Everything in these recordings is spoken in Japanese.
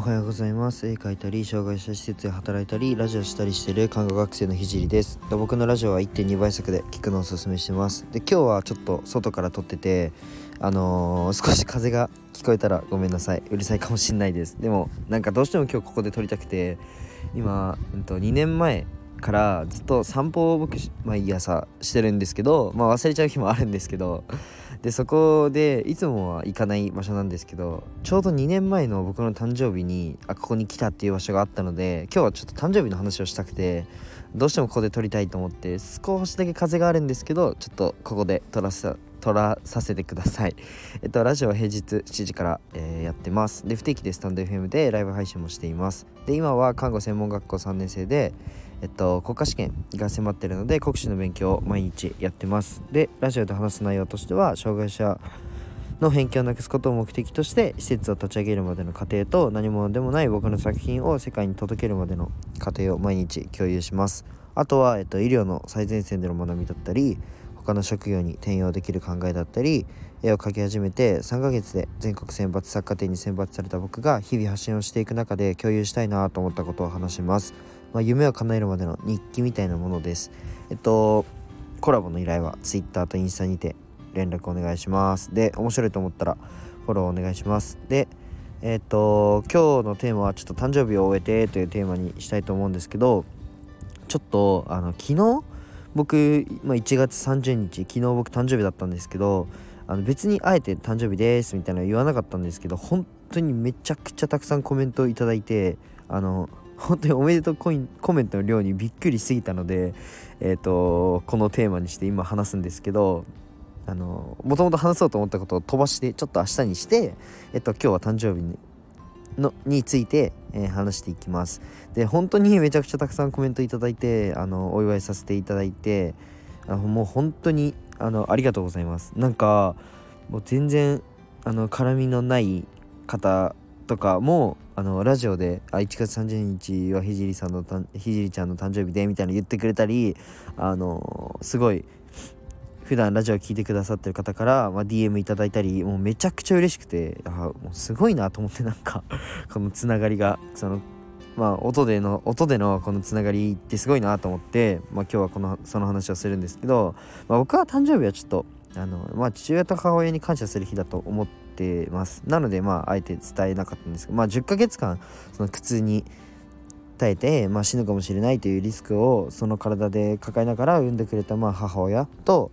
はようございます。絵描いたり障害者施設で働いたりラジオしたりしている看護学生のひじりです。僕のラジオは 1.2 倍速で聞くのをおすすめしてます。で、今日はちょっと外から撮ってて少し風が聞こえたらごめんなさい。うるさいかもしんないです。でもどうしても今日ここで撮りたくて、今、2年前からずっと散歩を僕毎朝してるんですけど、忘れちゃう日もあるんですけど、でそこでいつもは行かない場所なんですけど、ちょうど2年前の僕の誕生日にここに来たっていう場所があったので、今日はちょっと誕生日の話をしたくて、どうしてもここで撮りたいと思って、少しだけ風があるんですけど、ちょっとここで撮らさせてください。ラジオは平日7時から、やってます。で、不定期でスタンド FM でライブ配信もしています。で、今は看護専門学校3年生で国家試験が迫っているので、国試の勉強を毎日やってます。で、ラジオで話す内容としては、障害者の偏見をなくすことを目的として施設を立ち上げるまでの過程と、何者でもない僕の作品を世界に届けるまでの過程を毎日共有します。あとは、医療の最前線での学びだったり、他の職業に転用できる考えだったり、絵を描き始めて3ヶ月で全国選抜作家展に選抜された僕が日々発信をしていく中で共有したいなと思ったことを話します。夢を叶えるまでの日記みたいなものです。コラボの依頼は Twitter とインスタにて連絡お願いします。で、面白いと思ったらフォローお願いします。で、今日のテーマはちょっと誕生日を終えてというテーマにしたいと思うんですけど、ちょっと昨日僕、1月30日昨日僕誕生日だったんですけど、別にあえて誕生日ですみたいなの言わなかったんですけど、本当にめちゃくちゃたくさんコメントをいただいて、本当におめでとうコメントの量にびっくりしすぎたので、このテーマにして今話すんですけど、もともと話そうと思ったことを飛ばしてちょっと明日にして、今日は誕生日について、話していきます。で、本当にめちゃくちゃたくさんコメントいただいて、お祝いさせていただいて、もう本当にありがとうございます。もう全然絡みのない方とかもラジオで1月30日はひじりちゃんの誕生日でみたいな言ってくれたり、すごい普段ラジオ聞いてくださってる方から、DM いただいたり、もうめちゃくちゃ嬉しくて、もうすごいなと思って、このつながりが音でのこのつながりってすごいなと思って、今日はその話をするんですけど、僕は誕生日はちょっと父親と母親に感謝する日だと思ってます。なのであえて伝えなかったんですけど、10ヶ月間その苦痛に耐えて、死ぬかもしれないというリスクをその体で抱えながら産んでくれた母親と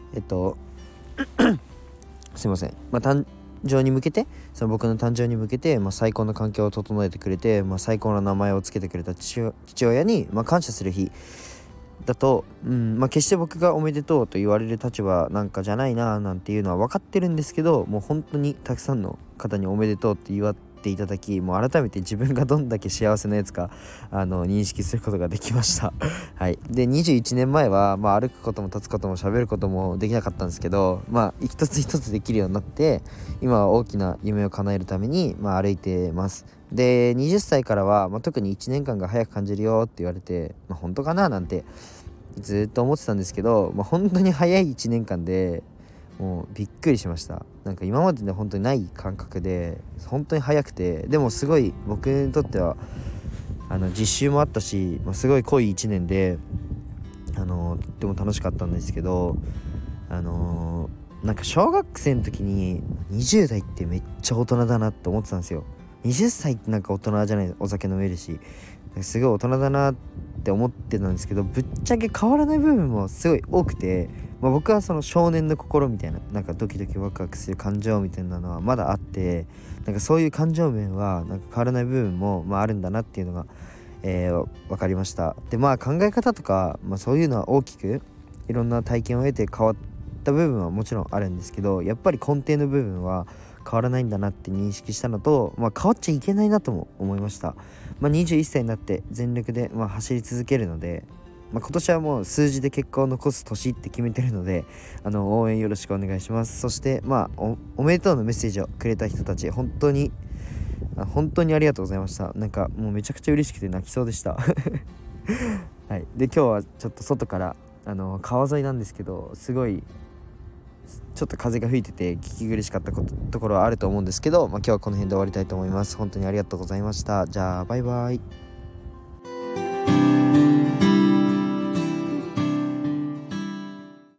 すいません、誕生に向けて僕の誕生に向けて、最高の環境を整えてくれて、最高の名前をつけてくれた父親に、感謝する日だと、決して僕がおめでとうと言われる立場なんかじゃないななんていうのは分かってるんですけど、もう本当にたくさんの方におめでとうって言われていただき、もう改めて自分がどんだけ幸せなやつか認識することができましたはい。で、21年前は、歩くことも立つことも喋ることもできなかったんですけど、一つ一つできるようになって、今は大きな夢を叶えるために、歩いてます。で、20歳からは、特に1年間が早く感じるよって言われて、本当かななんてずっと思ってたんですけど、本当に早い1年間でもうびっくりしました。今までで本当にない感覚で、本当に早くて、でもすごい僕にとっては実習もあったし、すごい濃い1年でとっても楽しかったんですけど、小学生の時に20代ってめっちゃ大人だなって思ってたんですよ。20歳って大人じゃない、お酒飲めるしすごい大人だなって思ってたんですけど、ぶっちゃけ変わらない部分もすごい多くて、僕はその少年の心みたいなドキドキワクワクする感情みたいなのはまだあって、そういう感情面は変わらない部分もあるんだなっていうのが、分かりました。で、考え方とか、そういうのは大きくいろんな体験を得て変わった部分はもちろんあるんですけど、やっぱり根底の部分は変わらないんだなって認識したのと、変わっちゃいけないなとも思いました。21歳になって全力で走り続けるので、今年はもう数字で結果を残す年って決めてるので、応援よろしくお願いします。そしておめでとうのメッセージをくれた人たち、本当にありがとうございました。もうめちゃくちゃ嬉しくて泣きそうでしたはい。で、今日はちょっと外から川沿いなんですけど、すごいちょっと風が吹いてて聞き苦しかったところはあると思うんですけど、今日はこの辺で終わりたいと思います。本当にありがとうございました。じゃあバイバイ。